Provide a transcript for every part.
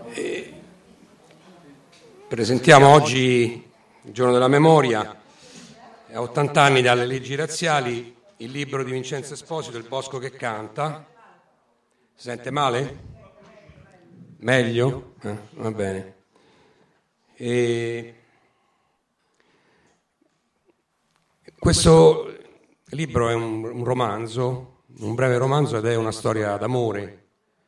Presentiamo oggi, il giorno della memoria, a 80 anni dalle leggi razziali, il libro di Vincenzo Esposito, Il bosco che canta. Si sente male? Meglio? Va bene. Questo libro è un romanzo, un breve romanzo, ed è una storia d'amore,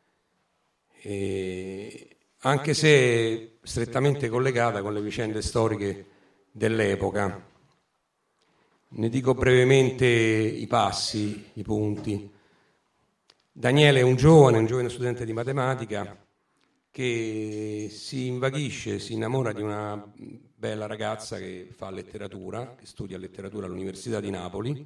anche se strettamente collegata con le vicende storiche dell'epoca. Ne dico brevemente i passi, i punti. Daniele è un giovane studente di matematica che si invaghisce, si innamora di una bella ragazza che fa letteratura, che studia letteratura all'Università di Napoli,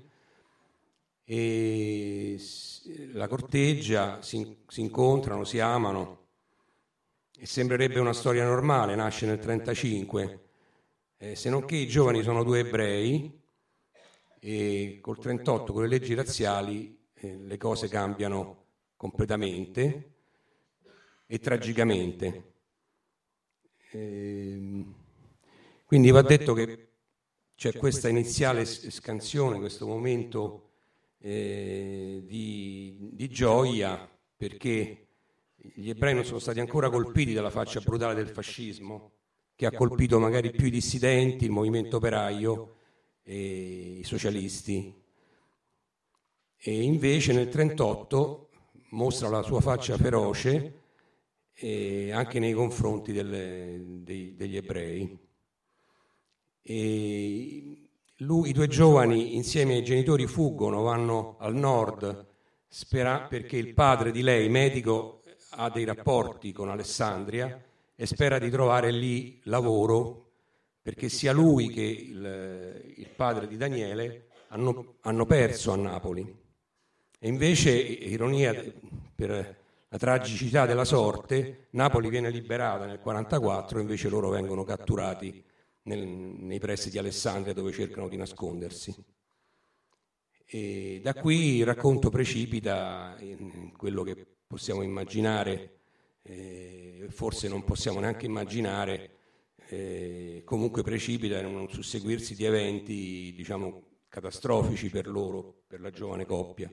e la corteggia, si incontrano, si amano, e sembrerebbe una storia normale. Nasce nel 1935, se non che i giovani sono due ebrei, e col 1938, con le leggi razziali, le cose cambiano completamente e tragicamente. Quindi va detto che c'è questa iniziale scansione, questo momento di gioia, perché gli ebrei non sono stati ancora colpiti dalla faccia brutale del fascismo, che ha colpito magari più i dissidenti, il movimento operaio e i socialisti. E invece nel 1938 mostra la sua faccia feroce anche nei confronti degli ebrei. I due giovani insieme ai genitori fuggono, vanno al nord, perché il padre di lei, medico, ha dei rapporti con Alessandria e spera di trovare lì lavoro, perché sia lui che il padre di Daniele hanno perso a Napoli. E invece, ironia per la tragicità della sorte, Napoli viene liberata nel 1944, invece loro vengono catturati nei pressi di Alessandria, dove cercano di nascondersi. E da qui il racconto precipita in quello che possiamo immaginare, forse non possiamo neanche immaginare, comunque precipita in un susseguirsi di eventi, diciamo, catastrofici per loro, per la giovane coppia.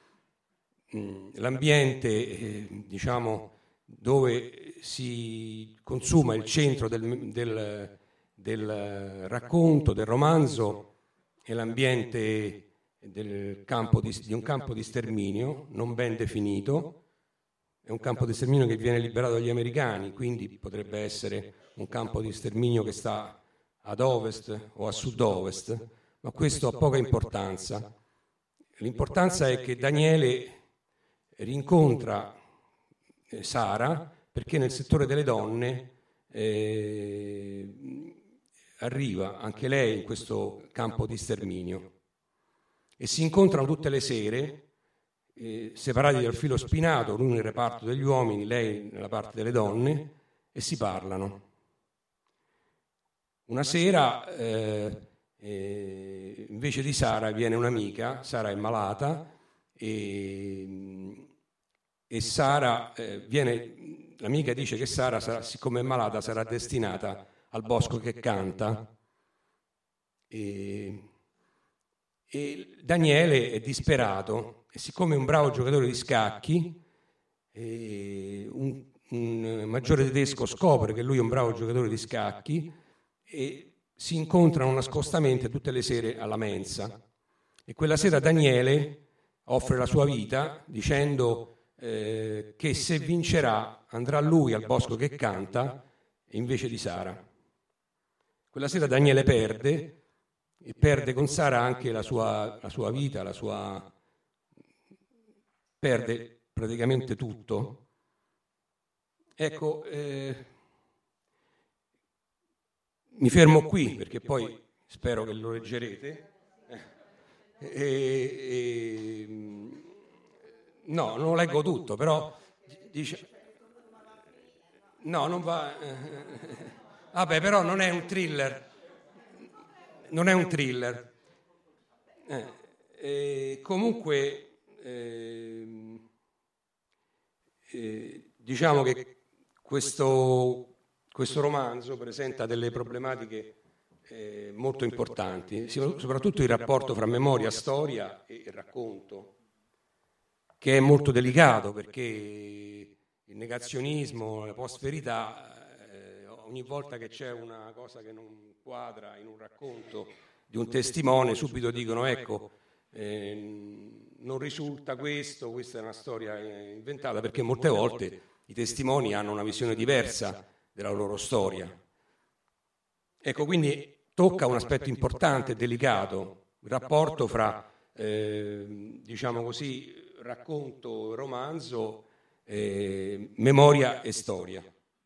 L'ambiente, diciamo, dove si consuma il centro del racconto, del romanzo, è l'ambiente di un campo di sterminio non ben definito. È un campo di sterminio che viene liberato dagli americani, quindi potrebbe essere un campo di sterminio che sta ad ovest o a sud-ovest, ma questo ha poca importanza. L'importanza è che Daniele rincontra Sara, perché nel settore delle donne arriva anche lei in questo campo di sterminio, e si incontrano tutte le sere, separati dal filo spinato, lui nel reparto degli uomini, lei nella parte delle donne, e si parlano. Una sera invece di Sara viene un'amica. Sara è malata e Sara l'amica dice che Sara, siccome è malata, sarà destinata al bosco che canta, e Daniele è disperato, e siccome è un bravo giocatore di scacchi, un maggiore tedesco scopre che lui è un bravo giocatore di scacchi e si incontrano nascostamente tutte le sere alla mensa. E quella sera Daniele offre la sua vita dicendo che se vincerà andrà lui al bosco che canta invece di Sara. Quella sera Daniele perde, e perde con Sara anche la sua vita, perde praticamente tutto. Ecco, mi fermo qui perché poi spero che lo leggerete. No, non lo leggo tutto, però dice... No, non va... Vabbè, però non è un thriller. Non è un thriller. Comunque, diciamo che questo romanzo presenta delle problematiche molto importanti, soprattutto il rapporto fra memoria, storia e racconto, che è molto delicato perché il negazionismo, la post-verità, ogni volta che c'è una cosa che non quadra in un racconto di un testimone, subito dicono ecco, non risulta questo, questa è una storia inventata, perché molte volte i testimoni hanno una visione diversa della loro storia. Ecco, quindi tocca un aspetto importante e delicato, il rapporto fra, diciamo così, racconto, romanzo, memoria e storia.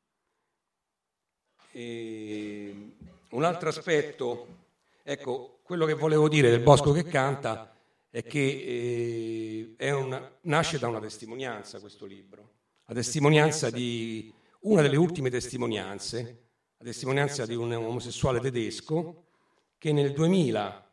Un altro aspetto, ecco, quello che volevo dire del Bosco che canta è che nasce da una testimonianza questo libro, la testimonianza di una delle ultime testimonianze, la testimonianza di un omosessuale tedesco che nel 2000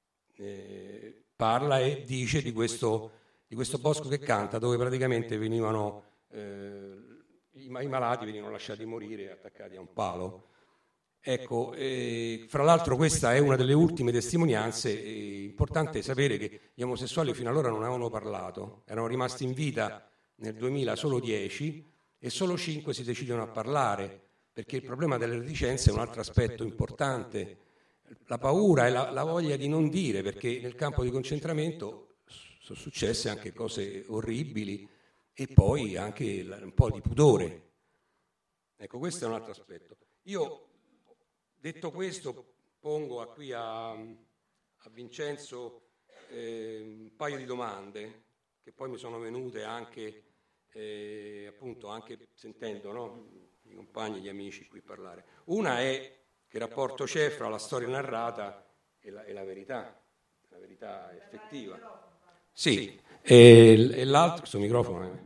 parla e dice di questo bosco che canta, dove praticamente venivano i malati venivano lasciati morire attaccati a un palo. Ecco, fra l'altro questa è una delle ultime testimonianze. È importante sapere che gli omosessuali fino allora non avevano parlato, erano rimasti in vita nel 2000 solo 10 e solo 5 si decidono a parlare, perché il problema delle reticenze è un altro aspetto importante, la paura e la voglia di non dire, perché nel campo di concentramento sono successe anche cose orribili e poi anche un po' di pudore. Ecco, questo è un altro aspetto. Io, detto questo, pongo qui a Vincenzo un paio di domande che poi mi sono venute anche, appunto, anche sentendo, no? I compagni, gli amici qui parlare. Una è che rapporto c'è fra la storia narrata e la verità effettiva. Sì, e l'altro, questo microfono,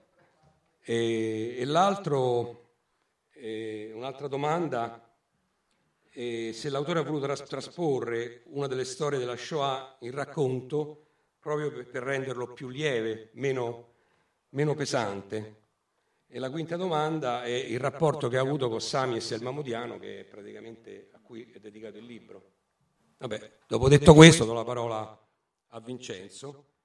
e l'altro, un'altra domanda, se l'autore ha voluto trasporre una delle storie della Shoah in racconto proprio per renderlo più lieve, meno pesante. E la quinta domanda è il rapporto che ha avuto con Sami e Selma Modiano, che è praticamente a cui è dedicato il libro. Vabbè, dopo detto questo do la parola a Vincenzo.